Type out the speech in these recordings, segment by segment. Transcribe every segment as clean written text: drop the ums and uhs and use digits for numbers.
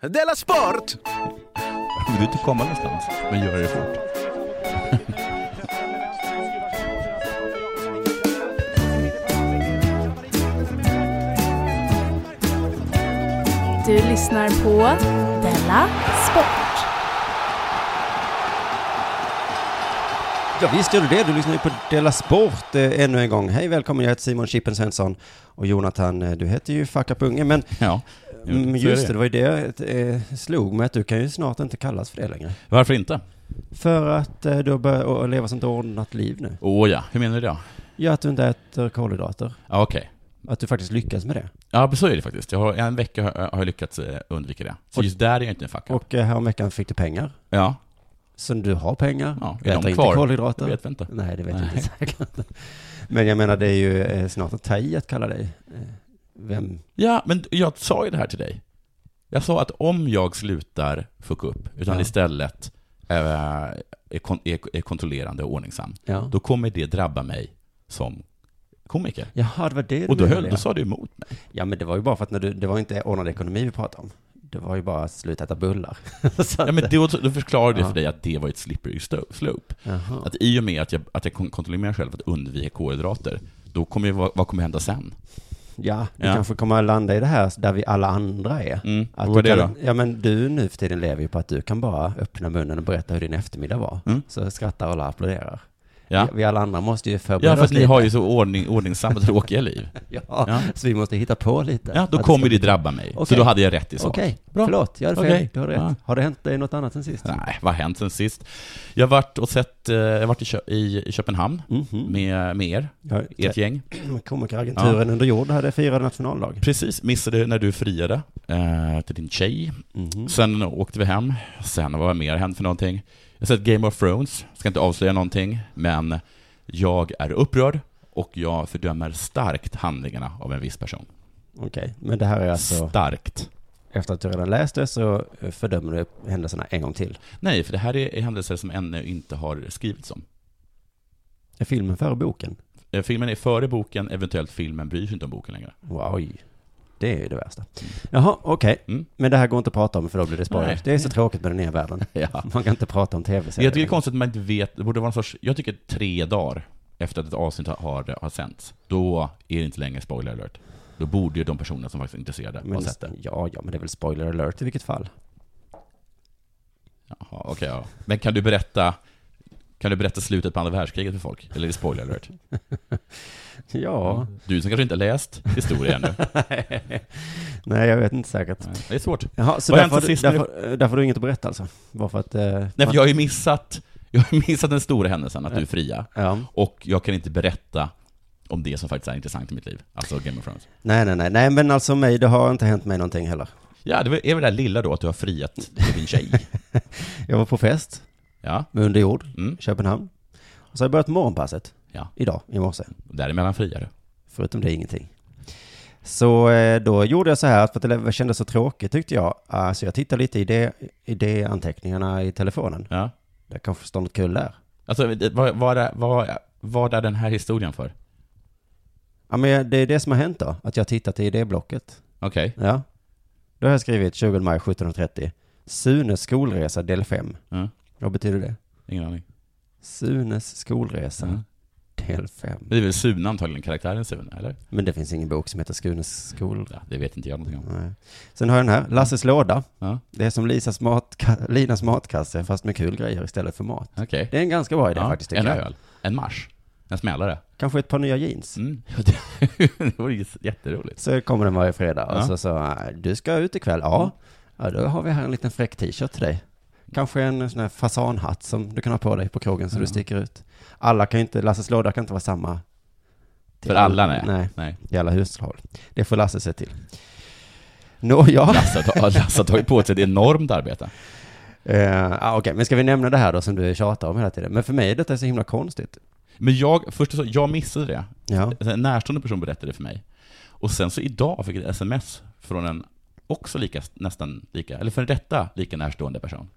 Della Sport! Vill du inte komma någonstans, men gör det fort. Du lyssnar på Della Sport. Ja, visst gör du det. Du lyssnar ju på Della Sport ännu en gång. Hej, välkommen. Jag heter Simon Chippen Svensson. Och Jonathan, du heter ju Fuck Up Unge. Men Ja, just det var ju det slog mig att du kan ju snart inte kallas för det längre. Varför inte? För att du har börjat leva sånt ordnat liv nu. Ja, hur menar du det? Ja, att du inte äter kolhydrater. Ja, okej. Att du faktiskt lyckas med det. Ja, så är det faktiskt. En vecka har jag lyckats undvika det. Så just där är jag inte en fuck up. Och häromveckan fick du pengar. Ja. Så du har pengar. Ja, du är äter de inte kvar? kolhydrater. Det vet vi inte. Nej, det vet jag inte säkert. Men jag menar, det är ju snart att ta i att kalla dig. Vem? Ja, men jag sa ju det här till dig. Jag sa att om jag slutar fucka upp, utan istället är kontrollerande och ordningsam, då kommer det drabba mig som komiker. Jaha, det var det. Och då sa du emot mig. Ja, men det var ju bara för att det var inte ordnad ekonomi vi pratade om. Det var ju bara att sluta äta bullar. Ja, men då förklarade jag för dig att det var ett slippery slope. Jaha. Att i och med att jag kontrollerar mig själv att undvika kolhydrater, då kommer vad kommer hända sen? Ja, du kanske kommer att landa i det här där vi alla andra är. Att vad är det då? Ja, men du nu för tiden lever ju på att du kan bara öppna munnen och berätta hur din eftermiddag var. Så skrattar alla och applåderar. Ja. Vi alla andra måste ju förbereda oss. Ja, för att ni har ju så ordningsamma tråkiga liv. Ja, så vi måste hitta på lite. Ja, då kommer det drabba mig. Okay. Så då hade jag rätt i sak. Okej, förlåt, jag hade fel. Okay. Du har rätt. Ja. Har det hänt dig något annat sen sist? Nej, vad har hänt sen sist? Jag har varit i Köpenhamn med ert gäng. Komikeragenturen under jord hade firade nationaldag. Precis, missade när du friade till din tjej. Sen åkte vi hem. Sen vad mer hänt för någonting? Jag har sett Game of Thrones, ska inte avslöja någonting, men jag är upprörd och jag fördömer starkt handlingarna av en viss person. Okej, men det här är alltså... Starkt. Efter att du redan läst det så fördömer du händelserna en gång till? Nej, för det här är händelser som ännu inte har skrivits om. Är filmen före boken? Filmen är före boken, eventuellt filmen bryr sig inte om boken längre. Wow. Det är ju det värsta. Jaha, okej. Men det här går inte att prata om för då blir det spoiler. Det är så tråkigt med den nya världen. Man kan inte prata om tv-serier. Jag tycker det är konstigt att man inte vet. Det borde vara en sorts, jag tycker 3 dagar efter att ett avsnitt har sänts, då är det inte längre spoiler alert. Då borde ju de personer som faktiskt är intresserade ha sett det. Ja, men det är väl spoiler alert i vilket fall. Jaha, okej. Ja. Men kan du berätta slutet på andra världskriget för folk? Eller är det spoiler alert? Ja. Du som kanske inte har läst historia ännu. Nej, jag vet inte säkert. Nej, det är svårt. Jaha, så därför har du inget att berätta alltså? Bara för att, nej, för jag har ju missat den stora händelsen, att du är fria. Ja. Och jag kan inte berätta om det som faktiskt är intressant i mitt liv. Alltså Game of Thrones. Nej, men alltså det har inte hänt mig någonting heller. Ja, det är väl det lilla då, att du har friat till din tjej. Jag var på fest. Ja. Med under jord, Köpenhamn. Och så har jag börjat morgonpasset. Ja. Idag, i morse. Däremellan friare. Förutom det ingenting. Så då gjorde jag så här, för att det kändes så tråkigt tyckte jag. Så jag tittade lite i det anteckningarna i telefonen. Ja. Det kanske står något kul där. Alltså, vad är den här historien för? Ja, men det är det som har hänt då. Att jag har tittat i det blocket. Okej. Ja. Då har jag skrivit 20 maj 1730. Sunes skolresa del 5. Vad betyder det? Ingen aning. Sunes skolresa del 5. Det är väl Sune antagligen, karaktären Sune, eller? Men det finns ingen bok som heter Sunes skol. Ja, det vet inte jag någonting om. Nej. Sen har jag den här, Lasses låda. Ja. Det är som Linas matkasse, fast med kul grejer istället för mat. Okay. Det är en ganska bra idé faktiskt. En öl, en marsch, en smällare. Kanske ett par nya jeans. Det var ju jätteroligt. Så kommer den varje fredag. Och så du ska ut ikväll. Ja, då har vi här en liten fräck t-shirt till dig. Kanske en sån här fasanhatt som du kan ha på dig på krogen så du sticker ut. Alla kan ju inte, Lasses låda kan inte vara samma. För alla, nej. I alla hushåll. Det får Lasse se till. Ja. Lasse har ju på sig ett enormt arbete. Okej, men ska vi nämna det här då som du tjatar om hela tiden? Men för mig är detta så himla konstigt. Men jag missade det. Ja. En närstående person berättade det för mig. Och sen så idag fick jag ett sms från en också nästan lika, eller för detta lika närstående person.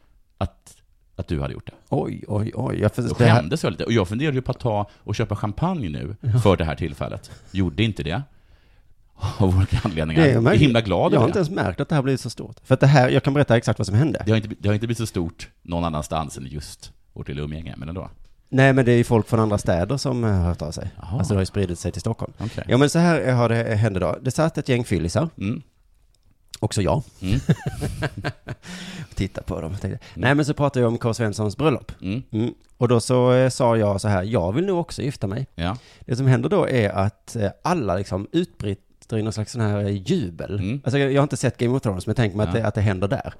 Att du hade gjort det. Oj. Jag skämdes lite. Och jag funderade ju på att ta och köpa champagne nu för det här tillfället. Gjorde inte det. av olika anledningar. Jag är himla glad. Jag har inte ens märkt att det här blivit så stort. För att det här, jag kan berätta exakt vad som hände. Det har inte blivit så stort någon annanstans än just vårt lilla umgänge, men ändå. Nej, men det är ju folk från andra städer som har hört av sig. Aha. Alltså det har ju spridit sig till Stockholm. Okay. Ja, men så här har det hände då. Det satt ett gäng fyllisar. Också jag. Titta på dem. Nej, men så pratade jag om K. Svenssons bröllop. Och då så sa jag så här, jag vill nog också gifta mig. Ja. Det som händer då är att alla liksom utbryter i någon slags sån här jubel. Alltså jag har inte sett Game of Thrones, men jag tänker mig att det händer där.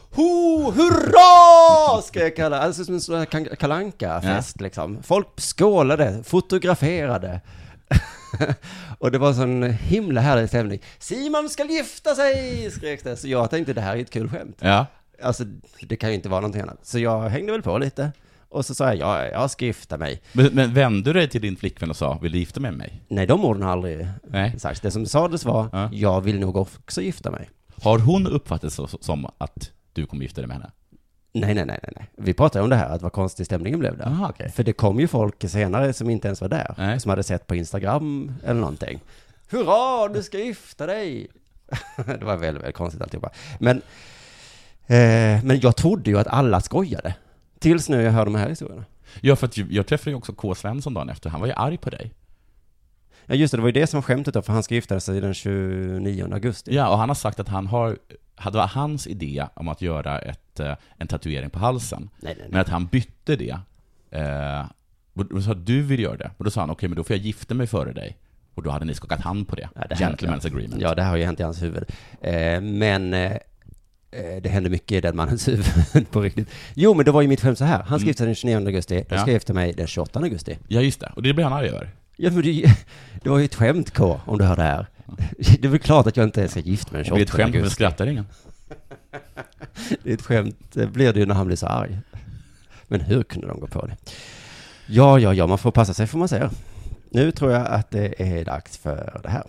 Hurra! Ska jag kalla, alltså som en sån här Kalle Anka-fest liksom. Folk skålade, fotograferade. Och det var sån himla härlig stämning. Simon ska gifta sig, skrek det. Så jag tänkte, det här är ett kul skämt. Ja. Alltså, det kan ju inte vara någonting annat. Så jag hängde väl på lite. Och så sa jag ska gifta mig. Men vände du dig till din flickvän och sa, vill du gifta med mig? Nej, de orden har aldrig sagt. Det som sades var, jag vill nog också gifta mig. Har hon uppfattat det som att du kommer gifta dig med henne? Nej. Vi pratade om det här, att vad konstig stämningen blev där. Aha, okay. För det kom ju folk senare som inte ens var där. Nej. Som hade sett på Instagram eller någonting. Hurra, du ska gifta dig! Det var väldigt, väldigt konstigt alltihopa. Men jag trodde ju att alla skojade. Tills nu jag hörde de här historierna. Ja, för att jag träffade ju också K. Svensson dagen efter. Han var ju arg på dig. Ja, just det var ju det som skämtet då, för han ska gifta sig den 29 augusti. Ja, och han har sagt att det var hans idé om att göra en tatuering på halsen. Nej. Men att han bytte det. Och då sa du vill göra det. Och då sa han, okej, men då får jag gifta mig före dig. Och då hade ni skakat hand på det. Ja, Gentleman's agreement. Ja, det har ju hänt i hans huvud. Men det hände mycket i den mannens huvud på riktigt. Jo, men det var ju mitt skämt så här. Han skrev den 29 augusti. Jag skrev efter mig den 28 augusti. Ja, just det. Och det blir han arg över. Ja, men det var ju ett skämt, K, om du hör det här. Det är väl klart att jag inte ska gifta mig den 28 augusti. Det är ett skämt, men skrattar ingen. Det är ett skämt, det blir det ju när han blir så arg. Men hur kunde de gå på det? Ja, man får passa sig får man säga. Nu tror jag att det är dags för det här.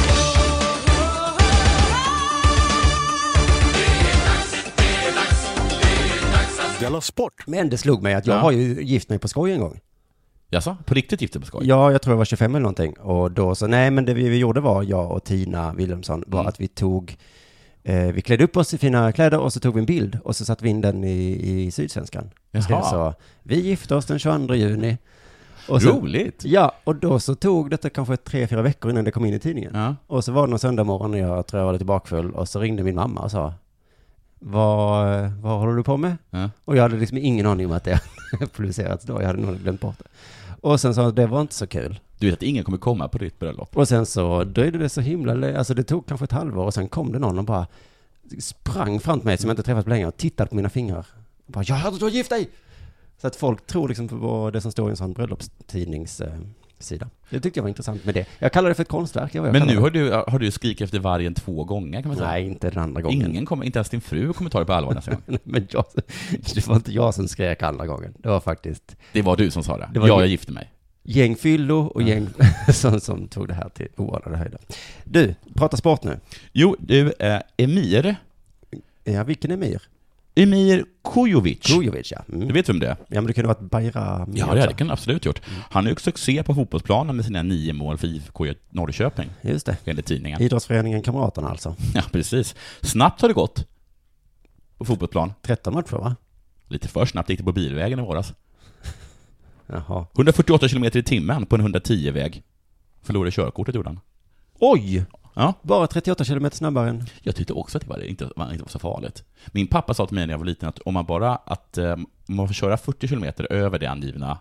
Della Sport. Men det slog mig att jag har ju gift mig på skoj en gång. Jaså? På riktigt gift dig på skoj? Ja, jag tror jag var 25 eller någonting. Och då så, nej men det vi gjorde var, jag och Tina Wilhelmsson, var att vi klädde upp oss i fina kläder och så tog vi en bild och så satte vi in den i Sydsvenskan. Så vi gifte oss den 22 juni. Och så, roligt! Ja, och då så tog detta kanske 3-4 veckor innan det kom in i tidningen. Ja. Och så var det någon söndag morgon när jag tror jag var lite bakfull och så ringde min mamma och sa, vad håller du på med? Ja. Och jag hade liksom ingen aning om att det publicerats då. Jag hade nog glömt bort det. Och sen sa det var inte så kul. Du vet att ingen kommer komma på ditt bröllop. Och sen så dröjde det så himla, alltså det tog kanske ett halvår och sen kom det någon och bara sprang fram till mig som jag inte träffat på länge och tittade på mina fingrar. Och bara, jag hörde att du har gift dig! Så att folk tror liksom på det som står i en sån bröllopstidningssida. Det tyckte jag var intressant med det. Jag kallar det för ett konstverk. Men nu har du skrikit efter vargen 2 gånger kan man säga. Nej, inte den andra gången. Inte ens din fru kommer ta det på allvar nästa gång. Men det var inte jag som skrek andra gången. Det var faktiskt... Det var du som sa det. Jag gifte mig. Gäng fyllo och gäng som tog det här till oanade höjder. Du, prata sport nu. Jo, du, Emir. Ja, vilken Emir? Emir Kujovic. Kujovic, ja. Du vet vem det är? Ja, men det kunde varit Bayram. Ja, det kan absolut gjort. Han är ju succé på fotbollsplanen med sina 9 mål för IFK Norrköping. Just det. Enligt tidningen. Idrottsföreningen Kamraterna alltså. Ja, precis. Snabbt har det gått på fotbollsplan. 13 matcher, va? Lite för snabbt gick det på bilvägen i våras. Jaha. 148 km i timmen på en 110-väg. Förlorade körkortet gjorde han. Oj! Ja. Bara 38 km snabbare än... Jag tyckte också att det inte var så farligt. Min pappa sa till mig när jag var liten att om man får köra 40 km över det angivna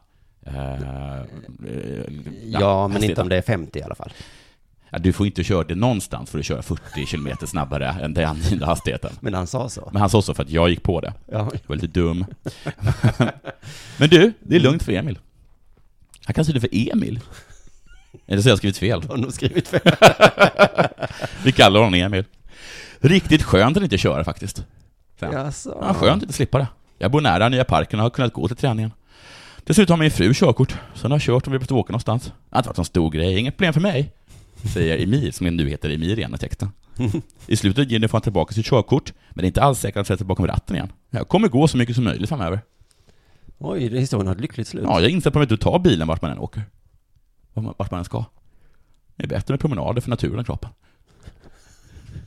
men inte om det är 50 i alla fall. Ja, du får inte köra det någonstans för att köra 40 km snabbare än den angivna hastigheten. Men han sa så. Men han sa så för att jag gick på det. Ja. Jag var lite dum. Men du, det är lugnt för Emil. Han kan se det för Emil. Eller så har jag skrivit fel. Jag har nog skrivit fel. Vi kallar honom Emil. Riktigt skönt att inte köra faktiskt. Ja, skönt att inte slippa det. Jag bor nära nya parken och har kunnat gå till träningen. Dessutom har min fru körkort. Sen har jag kört om vi behövt åka någonstans. Det har inte varit en stor grej. Inget problem för mig. Säger Emil, som nu heter Emil igen i texten. I slutet ger ni får han tillbaka sitt körkort. Men det är inte alls säkert att sätta bakom ratten igen. Jag kommer gå så mycket som möjligt framöver. Oj, det är historien har ett lyckligt slut. Ja, jag inser på mig att du tar bilen vart man än åker. Vart man än ska. Det är bättre med promenader för naturen och kroppen.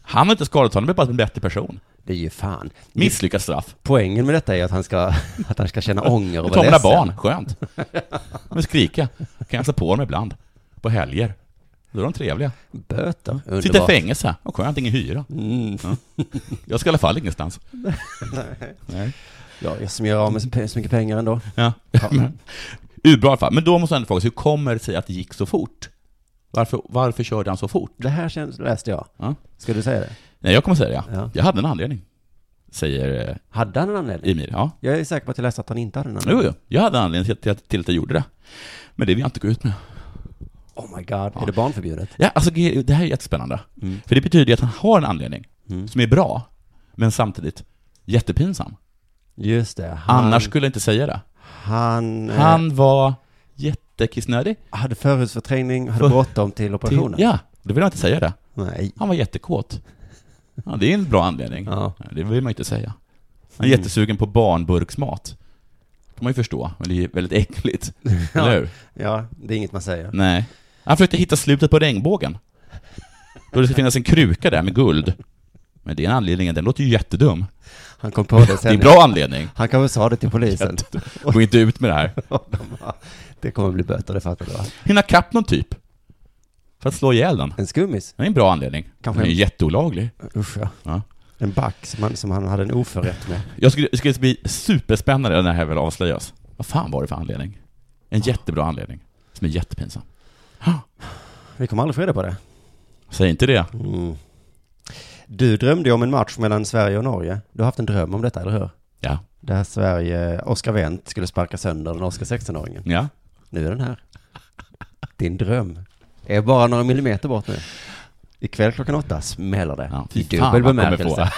Han har inte skadat honom, han är bara en bättre person. Det är ju fan. Misslyckat straff. Poängen med detta är att han ska känna ånger och vara Ta ledsen. barn, skönt. Men skrika. Kan jag slå på dem ibland. På helger. Då är de trevliga. Böter. Underbart. Sitta i fängelse. Och skönt, ingen hyra. Mm. Ja. Jag ska i alla fall ingenstans. Nej. Ja, jag som gör av med så mycket pengar ändå. Ja. Bra i alla fall. Men då måste jag ändå fråga sig, hur kommer det sig att det gick så fort? Varför körde han så fort? Det här läste jag. Ja. Ska du säga det? Nej, jag kommer säga det. Ja. Jag hade en anledning. Säger Hade han en anledning? Emil. Ja. Jag är säker på att jag läste att han inte hade en anledning. Jo, jag hade en anledning till att jag gjorde det. Men det vill jag inte gå ut med. Oh my god, är det barnförbjudet? Ja, alltså det här är jättespännande. För det betyder att han har en anledning som är bra, men samtidigt jättepinsam. Just det. Annars skulle jag inte säga det. Han var jättekissnödig. Hade förhudsförträngning, hade bråttom till operationen. Ja, då vill jag inte säga det. Nej. Han var jättekåt. Ja, det är en bra anledning. Ja. Det vill man inte säga. Han är jättesugen på barnburksmat. Kan man ju förstå, men det är väldigt äckligt. Eller hur? Ja, det är inget man säger. Nej. Han försökte hitta slutet på regnbågen. Då det ska finnas en kruka där med guld. Men den anledningen, den låter ju jättedum. Han kom på det sen. Det är en bra anledning. Han kan väl sa det till polisen. Gå inte ut med det här. Det kommer bli böter, det fattar du, va? Hinna kapp någon typ. För att slå ihjäl den. En skummis? Det är en bra anledning. Kanske Den är ju jätteolaglig. Usch, ja. Ja. En back som han hade en oförrätt med. Jag skulle bli superspännande när det här väl avslöjas. Vad fan var det för anledning? En jättebra anledning. Som är jättepinsam. Vi kommer aldrig få reda på det. Säg inte det. Du drömde ju om en match mellan Sverige och Norge. Du har haft en dröm om detta, eller hur? Ja. Där Sverige, Oscar Wendt skulle sparka sönder den norska 16-åringen. Ja. Nu är den här. Din dröm är bara några millimeter bort nu. Ikväll 8:00 smäller det. Ja, I dubbel bemärkelse.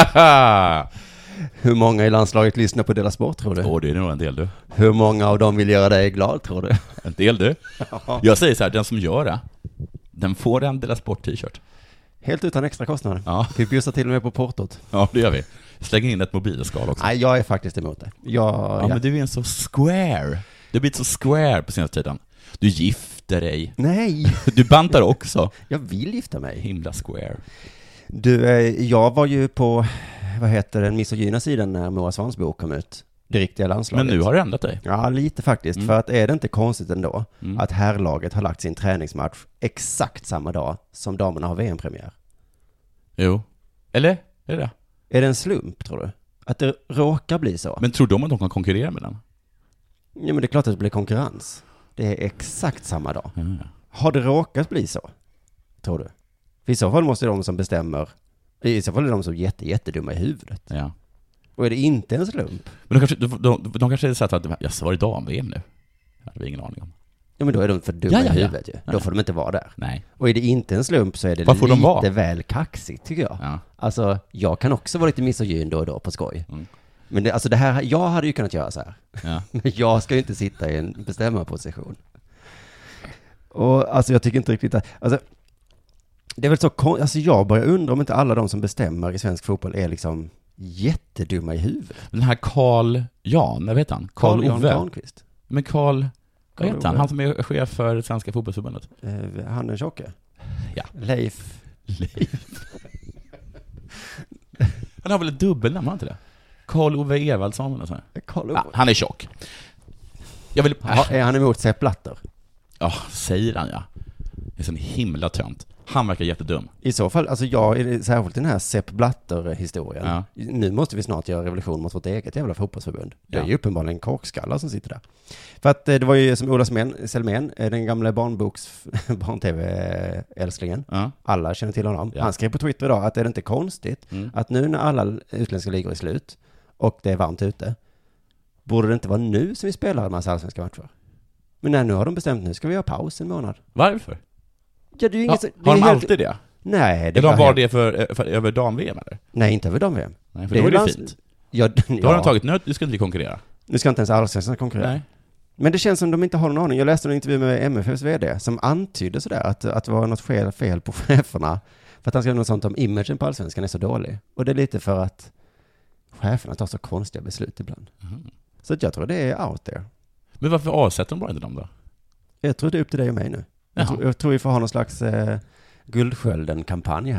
Hur många i landslaget lyssnar på Della Sport, tror du? Det är nog en del, du. Hur många av dem vill göra dig glad, tror du? En del, du. Jag säger så här, den som gör det, den får en Della Sport t-shirt. Helt utan extra kostnader. Ja. Vi bjussar till och med på portot. Ja, det gör vi. Släng in ett mobilskal också. Nej, jag är faktiskt emot det. Men du är en så square. Du har blivit så square på senaste tiden. Du gifter dig. Nej! Du bantar också. Jag vill gifta mig. Himla square. Du, jag var ju på, den misogyna sidan när Moa Svans bok kom ut. Det riktiga landslaget. Men nu har du ändrat dig. Ja, lite faktiskt. För att är det inte konstigt ändå att herrlaget har lagt sin träningsmatch exakt samma dag som damerna har VM-premiär? Jo. Eller? Är det? Är det en slump, tror du? Att det råkar bli så? Men tror de att de kan konkurrera med den? Ja, men det är klart att det blir konkurrens. Det är exakt samma dag. Mm. Har det råkat bli så? Tror du? För i så fall måste de som bestämmer, i så fall är de som jättedumma i huvudet. Ja. Och är det inte en slump? Men de kanske är så att jag sa det dam-VM nu. Det hade vi ingen aning om. Ja, men då är de för dumma i huvudet ju. Då får de inte vara där. Nej. Och är det inte en slump så är det lite väl kaxigt, tycker jag. Ja. Alltså, jag kan också vara lite misogyn då och då på skoj. Men det här, jag hade ju kunnat göra så här. Ja. Men jag ska ju inte sitta i en bestämmarposition. Och alltså jag tycker inte riktigt att, alltså det är väl så, alltså jag börjar undra om inte alla de som bestämmer i svensk fotboll är liksom jättedumma i huvudet. Den här Carl Jan, vad heter han? Carl Jan Ove. Granqvist. Men vad heter han? Ove. Han som är chef för Svenska fotbollsförbundet. Han den tjocke? Ja. Leif. Han har väl ett dubbelnamn, har han inte det? Carl Ove Evaldsson eller så här. Carl Ove. Ja, han är tjock. Är han emot Sepp Blatter? Ja, säger han, ja. Det är sån himla tönt. Han verkar jättedum. I så fall, alltså jag är särskilt den här Sepp Blatter-historien. Ja. Nu måste vi snart göra revolution mot vårt eget jävla fotbollsförbund. Det är ju uppenbarligen korkskallar som sitter där. För att det var ju som Ola Selmén, den gamla barn-tv-älsklingen. Ja. Alla känner till honom. Ja. Han skrev på Twitter idag att det är inte konstigt att nu när alla utländska ligor är slut och det är varmt ute, borde det inte vara nu som vi spelar en massa allsvenska matcher? Men nu har de bestämt, nu ska vi ha paus en månad. Varför? Ja, det är ju inget, har de alltid det? Nej, det Eller var var det för över dam-VM eller? Nej, inte över dam-VM. Nej, för då är det fint. Ja, Då har de tagit nu ska inte vi konkurrera. Nu ska inte ens allsvenskan konkurrera. Nej. Men det känns som de inte har någon aning. Jag läste en intervju med MFFs vd som antydde sådär att det var något fel på cheferna. För att han skrev något sånt om imagen på allsvenskan är så dålig. Och det är lite för att cheferna tar så konstiga beslut ibland. Så att jag tror det är out there. Men varför avsätter de bara inte dem då? Jag tror det är upp till dig och mig nu. Jag tror vi får ha någon slags Guldskölden-kampanj här.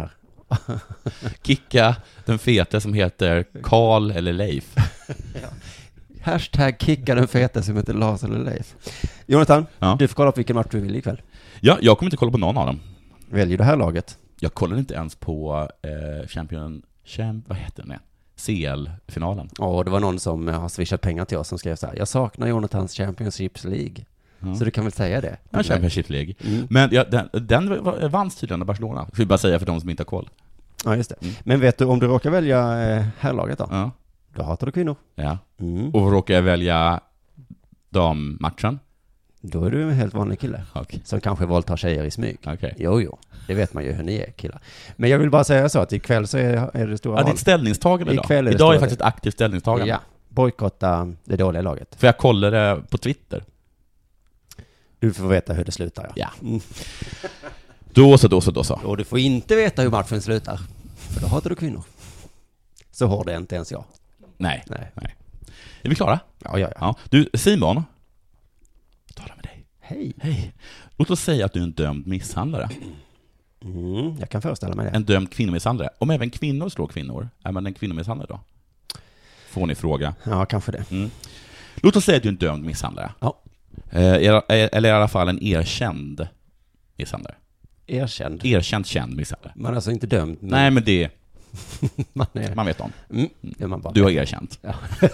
Kicka den feta som heter Karl eller Leif. Hashtag kicka den feta som heter Lars eller Leif. Jonathan, du får kolla på vilken match du vill ikväll. Ja, jag kommer inte kolla på någon av dem. Väljer det här laget? Jag kollar inte ens på vad heter den? CL-finalen. Det var någon som har swishat pengar till oss som skrev så här: jag saknar Jonathans Champions League. Så du kan väl säga det? Ja, Champions League. Men den vanns tydligen av Barcelona. Ska vi bara säga för de som inte har koll. Ja, just det. Men vet du, om du råkar välja herrlaget då? Då hatar du kvinnor. Ja. Och råkar jag välja dammatchen? Då är du en helt vanlig kille. Okay. Som kanske våldtar tjejer i smyg. Okay. Jo. Det vet man ju hur ni är, killar. Men jag vill bara säga så att ikväll så är det stora val. Det är ett ställningstagande idag. Idag är det faktiskt ett aktivt ställningstagande. Ja. Bojkotta det dåliga laget. För jag kollar det på Twitter. Du får veta hur det slutar, ja. Då så. Och du får inte veta hur matchen slutar. För då hatar du kvinnor. Så hård är inte ens jag. Nej. Är vi klara? Ja. Du, Simon. Tala med dig. Hej. Låt oss säga att du är en dömd misshandlare. Jag kan föreställa mig det. En dömd kvinnomisshandlare. Om även kvinnor slår kvinnor, är man en kvinnomisshandlare då? Får ni fråga. Ja, kanske det. Låt oss säga att du är en dömd misshandlare. Ja. Eller i alla fall en erkänd misshandlare. Erkänd känd misshandlare. Man är alltså inte dömd. Men... Nej, men det... man vet om. Man du har erkänt. Ja.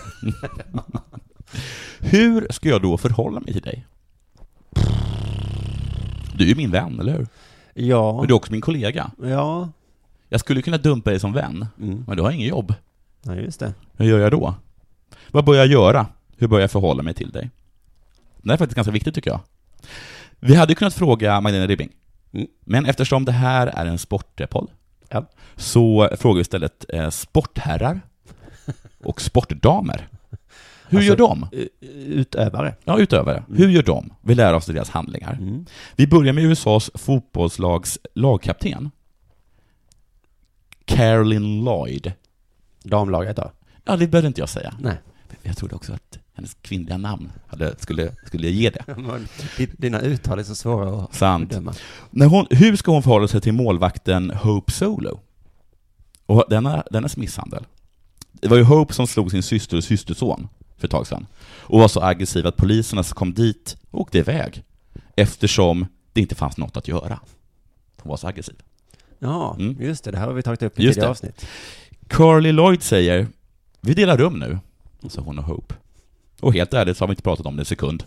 Hur ska jag då förhålla mig till dig? Du är ju min vän, eller hur? Ja. Men du är också min kollega. Ja. Jag skulle kunna dumpa dig som vän, men du har ingen jobb. Nej, just det. Hur gör jag då? Vad börjar jag göra? Hur börjar jag förhålla mig till dig? Det är faktiskt ganska viktigt, tycker jag. Vi hade kunnat fråga Magdalena Ribbing. Men eftersom det här är en sportpodd, så frågar vi istället sportherrar och sportdamer. Hur gör de? Utövare. Ja, utövare. Hur gör de? Vi lär oss deras handlingar. Vi börjar med USAs fotbollslags lagkapten. Caroline Lloyd. Damlaget då? Ja, det behöver inte jag säga. Nej. Jag trodde också att hennes kvinnliga namn skulle ge det. Dina uttal är så svåra att bedöma. Hur ska hon förhålla sig till målvakten Hope Solo? Och dennas misshandel. Det var ju Hope som slog sin syster och systerson för ett tag sedan. Och var så aggressiv att poliserna som kom dit och åkte iväg. Eftersom det inte fanns något att göra. Hon var så aggressiv. Ja, just det. Det här har vi tagit upp i tidigare avsnitt. Carly Lloyd säger: vi delar rum nu. Så hon och Hope. Och helt ärligt så har vi inte pratat om det en sekund.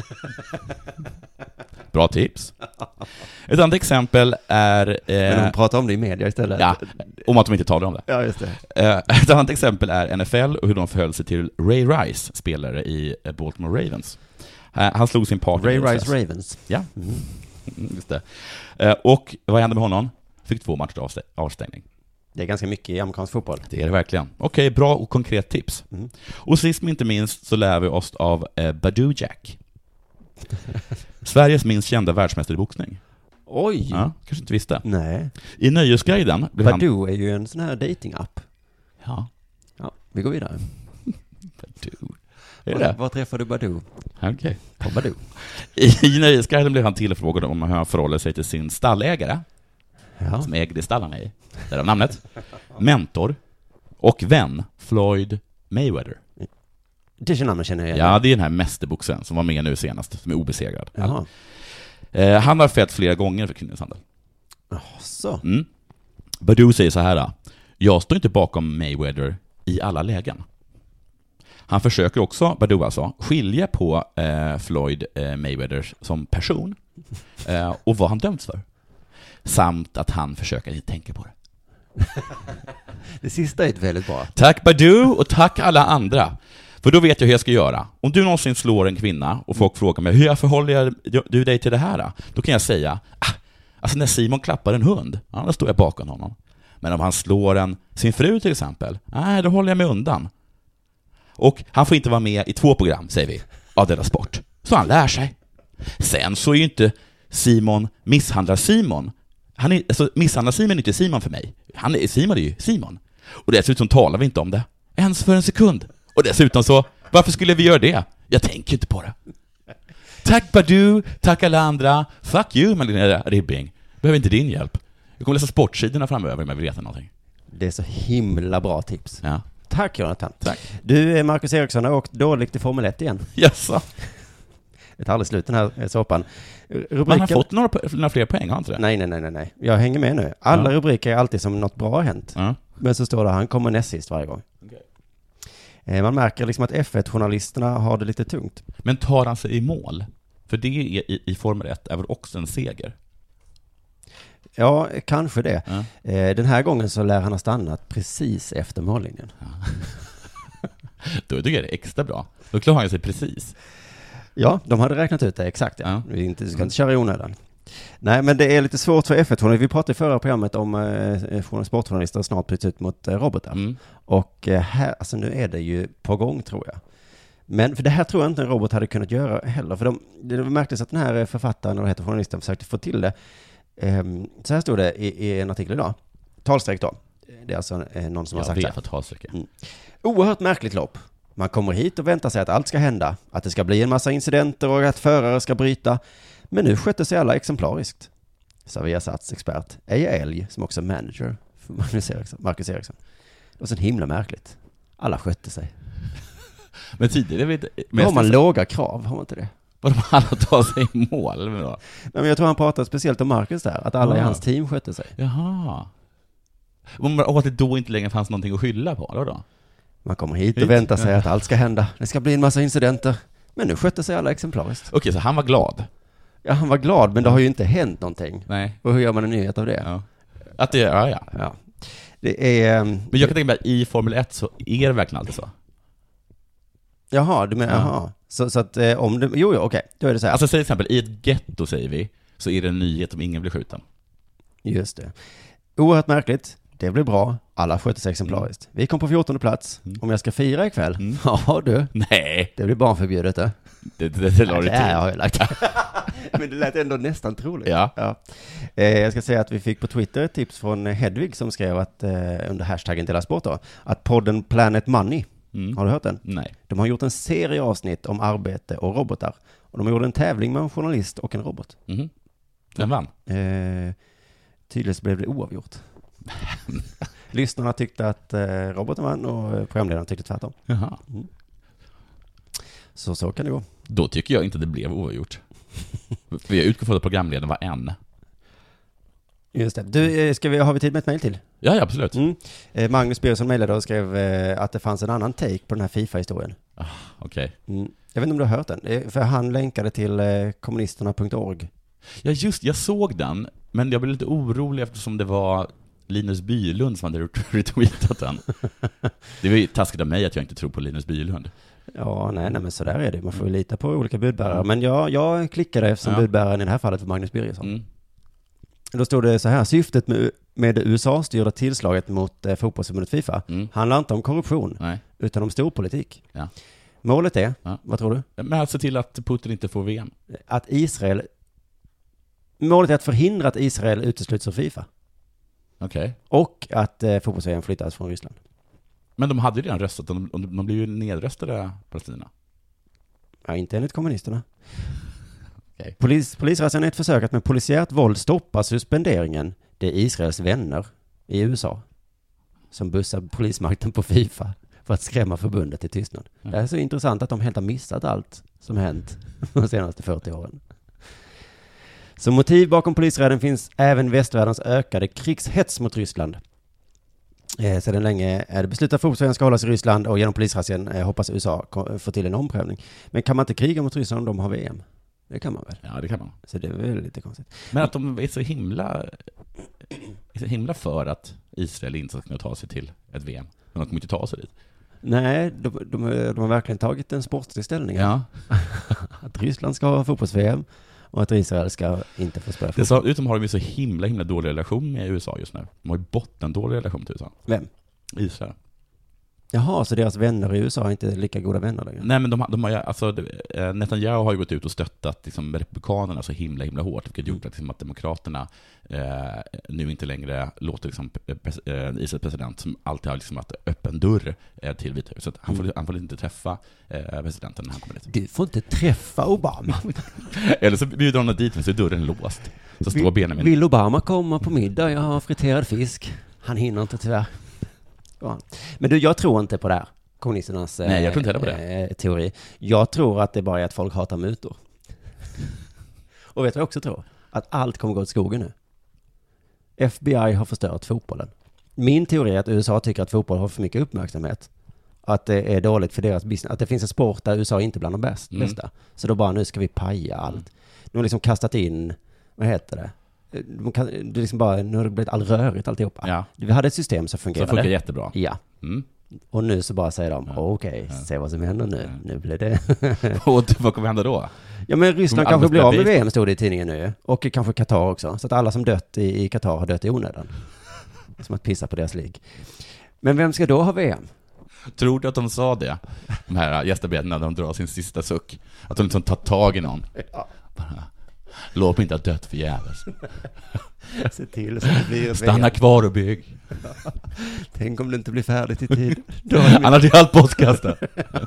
Bra tips. Ett annat exempel är... Men hon pratar om det i media istället. Ja, om att de inte talar om det. Ja, just det. Ett annat exempel är NFL och hur de förhöll sig till Ray Rice, spelare i Baltimore Ravens. Han slog sin partner. Ray Rice Ravens. Ja, just det. Och vad hände med honom? Fick 2 matcher avstängning. Det är ganska mycket i amerikansk fotboll. Det är det verkligen. Okej, bra och konkret tips. Och sist men inte minst så lär vi oss av Badou Jack. Sveriges minst kända världsmästare i boxning. Oj! Ja, kanske inte visste. Nej. I Nöjesguiden blev Badou är ju en sån här dating-app. Ja. Ja, vi går vidare. Badou. Var träffade du Badou? Okej. På Badou. I Nöjesguiden blev han tillfrågad om hur han förhåller sig till sin stallägare. Ja. Som ägde stallarna i. Därav namnet. Mentor och vän Floyd Mayweather. Det namnet känner jag. Ja, det är den här mästerboxen som var med nu senast, som är obesegrad. Jaha. Han har fällt flera gånger för kvinnomisshandel. Så. Badou säger så här: jag står inte bakom Mayweather i alla lägen. Han försöker också, Badou alltså, skilja på Floyd Mayweather som person och vad han dömts för. Samt att han försöker inte tänka på det. Det sista är väldigt bra. Tack Badou och tack alla andra. För då vet jag hur jag ska göra. Om du någonsin slår en kvinna och folk frågar mig hur jag förhåller du dig till det här, då kan jag säga alltså när Simon klappar en hund, då står jag bakom honom. Men om han slår sin fru till exempel, då håller jag mig undan. Och han får inte vara med i 2 program, säger vi, av Della Sport. Så han lär sig. Sen så är ju inte Simon misshandlar Simon. Misshandlar Simon är inte Simon för mig. Simon är ju Simon. Och dessutom talar vi inte om det ens för en sekund. Och dessutom så, varför skulle vi göra det? Jag tänker inte på det. Tack Badou, tack alla andra. Fuck you, Magdalena Ribbing. Behöver inte din hjälp. Jag kommer läsa sportsidorna framöver om jag vill veta någonting. Det är så himla bra tips. Ja. Tack Jonathan. Tack. Du, Marcus Eriksson har åkt dåligt i Formel 1 igen. Jaså? Det tar aldrig slut den här såpan. Man har fått några fler poäng, har inte det? Nej. Jag hänger med nu. Alla rubriker är alltid som något bra har hänt. Ja. Men så står det han kommer näst sist varje gång. Okay. Man märker liksom att F1-journalisterna har det lite tungt. Men tar han sig i mål? För det är i Formel 1 är väl också en seger? Ja, kanske det. Ja. Den här gången så lär han ha stannat precis efter mållinjen. Ja. Då tycker jag det är extra bra. Då klarar han sig precis. Ja, de hade räknat ut det exakt. Ja. Ja. Du ska inte köra i onödan. Nej, men det är lite svårt för F1-journalister. Vi pratade i förra programmet om sportjournalister snart byts ut mot robotar. Mm. Och här, alltså nu är det ju på gång tror jag. Men för det här tror jag inte en robot hade kunnat göra heller. För det märktes att den här författaren och heter journalisten försökte få till det. Så här stod det i en artikel idag. Talsträck då. Det är alltså någon som har sagt så här. Talsträck. Oerhört märkligt lopp. Man kommer hit och väntar sig att allt ska hända. Att det ska bli en massa incidenter och att förare ska bryta. Men nu skötte sig alla exemplariskt. Sa Viasats expert Eja Elg, som också är manager för Marcus Eriksson. Och så himla märkligt. Alla skötte sig. Men tidigare har man låga krav, har man inte det? Vadå, alla tar sig i mål? Nej, men jag tror han pratade speciellt om Marcus där. Att alla i hans team skötte sig. Jaha. Och att det då inte längre fanns någonting att skylla på då? Man kommer hit och väntar sig att allt ska hända. Det ska bli en massa incidenter. Men nu skötte sig alla exemplariskt. Okej, så han var glad? Ja, han var glad, men det har ju inte hänt någonting. Nej. Och hur gör man en nyhet av det? Ja. Att det, ja. Det är... Men jag kan tänka mig att i Formel 1 så är det verkligen alltid så. Jaha, du menar, jaha. Så att om det, okej, då är det så här. Alltså till exempel, i ett getto säger vi, så är det en nyhet om ingen blir skjuten. Just det. Oerhört märkligt. Det blir bra. Alla sköter sig exemplariskt. Vi kom på 14:e plats. Om jag ska fira ikväll. Ja, du. Nej. Det blir barnförbjudet, det. Det la du till. Det har jag lagt. Men det lät ändå nästan troligt. Ja. Jag ska säga att vi fick på Twitter ett tips från Hedvig som skrev att under hashtaggen Dela Sport då, att podden Planet Money, har du hört den? Nej. De har gjort en serie avsnitt om arbete och robotar. Och de gjorde en tävling med en journalist och en robot. Vem vann? Tydligen blev det oavgjort. Lyssnarna tyckte att roboten vann och programledaren tyckte tvärtom. Jaha. Så kan det gå. Då tycker jag inte det blev oavgjort. För jag utgår från att programledaren var en. Just det. Du, har vi tid med ett mejl till? Ja, absolut. Magnus Birgersson mejlade och skrev att det fanns en annan take på den här FIFA-historien. Okej. Jag vet inte om du har hört den. För han länkade till kommunisterna.org. Ja, just, jag såg den. Men jag blev lite orolig eftersom det var Linus Bylund som hade retweetat den. Det var ju taskigt av mig att jag inte tror på Linus Bylund. Ja, nej, men så där är det. Man får ju lita på olika budbärare. Men jag klickade eftersom budbäraren i det här fallet var Magnus Birgersson. Då stod det så här: syftet med det USA-styrda tillslaget mot fotbollsförbundet FIFA handlar inte om korruption, utan om storpolitik. Ja. Målet är, vad tror du? Men alltså till att Putin inte får VM. Målet är att förhindra att Israel utesluts ur FIFA. Okej. Och att fotbolls-VM flyttas från Ryssland. Men de hade ju redan röstat, de blev ju nedröstade Palestina. Ja, inte enligt kommunisterna. Okay. Polisrazzan är ett försök att med polisiärt våld stoppa suspenderingen. Det är Israels vänner i USA som bussar polismakten på FIFA för att skrämma förbundet till tystnad. Det är så intressant att de helt har missat allt som hänt de senaste 40 åren. Som motiv bakom polisräden finns även västvärldens ökade krigshets mot Ryssland. Sedan länge är det beslutat att fotbolls-VM ska hållas i Ryssland och genom polisrazzien hoppas USA få till en omprövning. Men kan man inte kriga mot Ryssland om de har VM? Det kan man väl? Ja, det kan man. Så det är väl lite konstigt. Men att de är så himla för att Israel inte ska kunna ta sig till ett VM. Men de kommer inte ta sig dit. Nej, de har verkligen tagit en sportslig ställning. Ja. Att Ryssland ska ha fotbolls-VM och att Israel ska inte få spela fotboll. Dessutom har de ju så himla dålig relation med USA just nu. De har ju bottendålig relation till USA. Vem? Israel. Jaha, så deras vänner i USA är inte lika goda vänner längre? Nej, men de har ju, alltså, Netanyahu har ju gått ut och stöttat liksom, republikanerna så himla hårt, vilket gjort att, liksom, att demokraterna nu inte längre låter liksom, Israels president, som alltid har liksom, att öppen dörr till Vita huset. Han får inte träffa presidenten när han kommer dit. Du får inte träffa Obama. Eller så bjuder honom dit, men så är dörren låst. Så står Benjamin. Vill Obama komma på middag? Jag har friterad fisk. Han hinner inte tyvärr. Ja. Men du, jag tror inte på det här. Kommunisternas Nej, jag tror inte på det. Teori. Jag tror att det bara är att folk hatar mutor. Och vet du vad jag också tror? Att allt kommer gå åt skogen nu. FBI har förstört fotbollen. Min teori är att USA tycker att fotboll har för mycket uppmärksamhet. Att det är dåligt för deras business. Att det finns en sport där USA inte är bland de bästa. Så då bara, nu ska vi paja allt. De har liksom kastat in, vad heter det? Det är liksom bara, nu har det blivit all rörigt alltihopa. Ja. Vi hade ett system som fungerade. Som funkar jättebra. Ja. Och nu så bara säger de, okej, se vad som händer nu. Nu blir det... Och vad kommer hända då? Ja, men Ryssland kanske blir av med VM, stod det i tidningen nu. Och kanske Qatar också. Så att alla som dött i Qatar har dött i onödan. Som att pissa på deras lig. Men vem ska då ha VM? Tror du att de sa det? De här gästarbetarna, när de drar sin sista suck. Att de liksom tar tag i någon. Ja. Låt mig inte ha dött för jävels. Se till så det blir Stanna VM. kvar och bygg. Tänk om det inte blir färdigt i tid. Annars är allt bortkastat.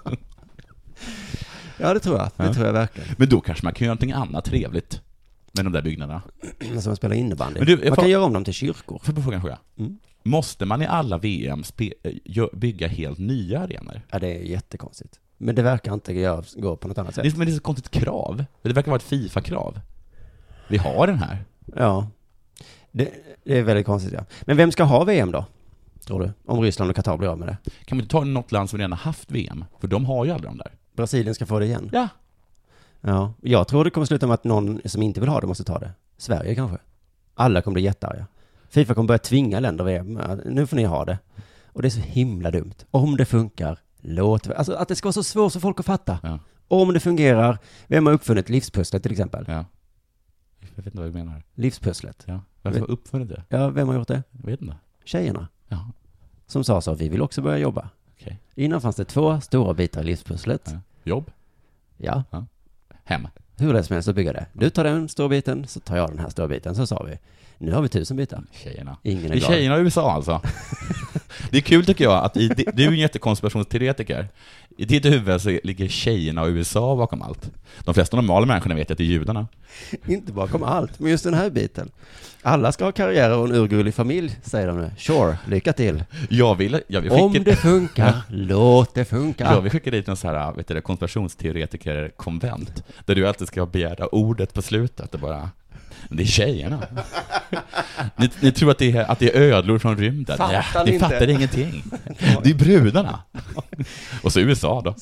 Ja, det tror jag. Det tror jag verkligen. Men då kanske man kan göra någonting annat trevligt med de där byggnaderna. Som att spela innebandy. Men du, man kan göra om dem till kyrkor. Får jag fråga en fråga? Måste man i alla VM bygga helt nya arenor? Ja, det är jättekonstigt. Men det verkar inte gå på något annat sätt. Men det är så konstigt krav. Det verkar vara ett FIFA-krav. Vi har den här. Ja, det är väldigt konstigt, ja. Men vem ska ha VM då, tror du? Om Ryssland och Qatar blir av med det. Kan man inte ta något land som redan har haft VM? För de har ju aldrig de där. Brasilien ska få det igen. Ja. Ja, jag tror det kommer sluta med att någon som inte vill ha det måste ta det. Sverige kanske. Alla kommer bli jättearga. FIFA kommer börja tvinga länder VM. Nu får ni ha det. Och det är så himla dumt. Om det funkar, låt... Alltså att det ska vara så svårt för folk att fatta. Ja. Om det fungerar, vem har uppfunnit livspusslet till exempel? Ja. Jag vet inte vad du menar. Livspusslet. Ja. Varför har uppfunnit det? Ja, vem har gjort det? Jag vet inte. Tjejerna. Ja. Som sa så, vi vill också börja jobba. Okej. Innan fanns det 2 stora bitar i livspusslet. Ja. Jobb. Ja. Hem. Hur det som helst att bygga det. Du tar den stora biten, så tar jag den här stora biten. Så sa vi. Nu har vi 1000 bitar. Tjejerna. Ingen är Det är glad. tjejerna i USA alltså. Det är kul tycker jag att du är en jättekonspirationsteoretiker. I ditt huvud så ligger tjejerna och USA bakom allt. De flesta normala människorna vet att det är judarna. Inte bakom allt, men just den här biten. Alla ska ha karriär och en urgullig familj, säger de nu. Sure, lycka till. Jag vill Om det funkar, låt det funka. Jag vill skicka dit en så här, konspirationsteoretiker-konvent. Där du alltid ska begära ordet på slutet. Och bara, det är tjejerna. Ni tror att det är ödlor från rymden. Ni fattar ingenting. Det är brudarna. Och så USA då.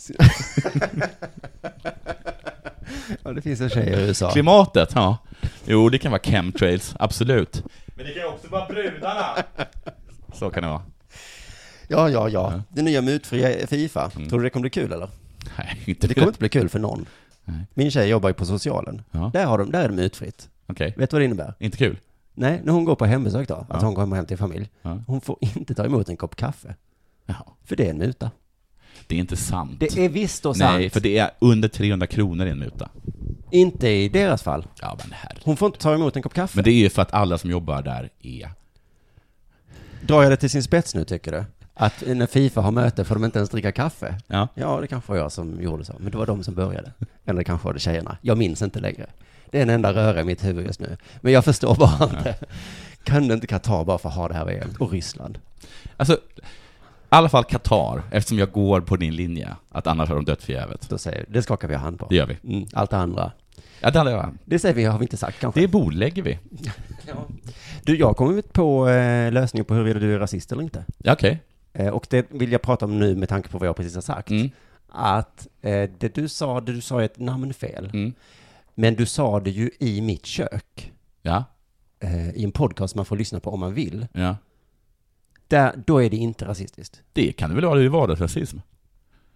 Ja, det finns en tjej i USA. Klimatet, ja. Jo, det kan vara chemtrails, absolut. Men det kan också vara brudarna. Så kan det vara. Ja. Det nya mutfria FIFA. Tror du det kommer bli kul eller? Nej, inte Det kommer inte bli kul för någon. Nej. Min tjej jobbar ju på socialen. Ja. Där är det mutfritt. Okej. Vet du vad det innebär? Inte kul. Nej, när hon går på hembesök då. Alltså hon går hem till familj. Ja. Hon får inte ta emot en kopp kaffe. Jaha. För det är en muta. Det är inte sant. Det är visst då sant. Nej, för det är under 300 kronor i en muta. Inte i deras fall. Ja, men herre. Hon får inte ta emot en kopp kaffe. Men det är ju för att alla som jobbar där är... Drar jag det till sin spets nu, tycker du? Att när FIFA har möte får de inte ens dricka kaffe? Ja. Ja, det kanske var jag som gjorde så. Men det var de som började. Eller kanske var det tjejerna. Jag minns inte längre. Det är en enda röra i mitt huvud just nu. Men jag förstår bara inte. Kan det inte Qatar bara få ha det här VM? Och Ryssland? Alltså, i alla fall Qatar, eftersom jag går på din linje, att annars har de dött förgäves. Då säger vi, det skakar vi hand på. Det gör vi. Allt det andra. Ja, det andra, Det säger vi, har vi inte sagt kanske. det bordlägger vi. Ja. Du, jag har kommit på lösningen på huruvida du är rasist eller inte. Ja, okej. Och det vill jag prata om nu med tanke på vad jag precis har sagt. Att det du sa är ett namnfel. Men du sa det ju i mitt kök. Ja. I en podcast man får lyssna på om man vill. Ja. Då är det inte rasistiskt. Det kan det väl vara, det är vardagsrasism.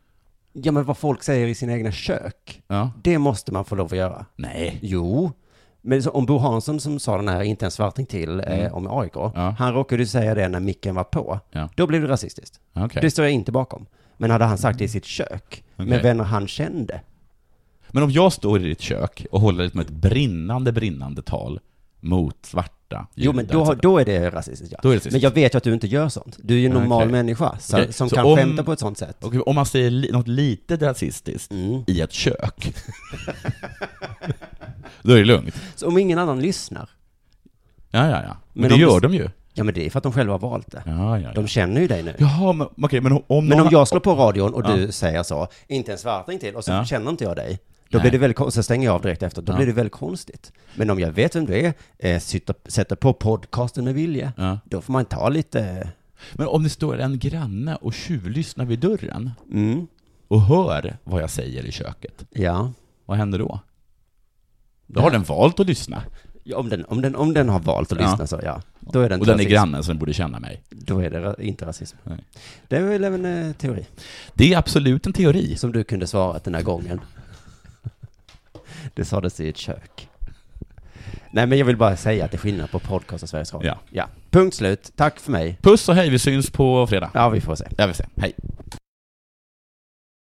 Ja, men vad folk säger i sina egna kök. Ja. Det måste man få lov att göra. Nej. Jo. Men så, om Bo Hansson som sa den här inte en svarting till om AIK, han råkade ju säga det när micken var på. Ja. Då blev det rasistiskt. Okay. Det står jag inte bakom. Men hade han sagt det i sitt kök med vänner han kände. Men om jag står i ditt kök och håller ett brinnande tal mot svarta judar, men då är det rasistiskt, ja. Då är det rasistiskt. Men jag vet ju att du inte gör sånt. Du är ju en normal människa som kan skämta på ett sånt sätt. Om man säger något lite rasistiskt i ett kök, då är det lugnt. Så om ingen annan lyssnar. Ja. Men det gör de ju. Ja, men det är för att de själva har valt det. Ja. De känner ju dig nu. Jaha, men okej, men om jag slår på radion och du säger så, inte en svarting till, och så känner inte jag dig. Då blir det väldigt, så stänger jag av direkt efter. Då blir det väldigt konstigt. Men om jag vet vem du är, sätter på podcasten med vilja, då får man ta lite... Men om det står en granne och tjuvlyssnar vid dörren och hör vad jag säger i köket, vad händer då? Då har den valt att lyssna. Ja, om den har valt att lyssna så, då är den. Och den är grannen som borde känna mig. Då är det inte rasism. Nej. Det är väl en teori. Det är absolut en teori. Som du kunde svara den här gången. Det sades i ett kök. Nej, men jag vill bara säga att det är skillnad på podcast och Sveriges Radio. Ja. Punkt slut. Tack för mig. Puss och hej, vi syns på fredag. Ja, vi får se. Ja, vi får se. Hej.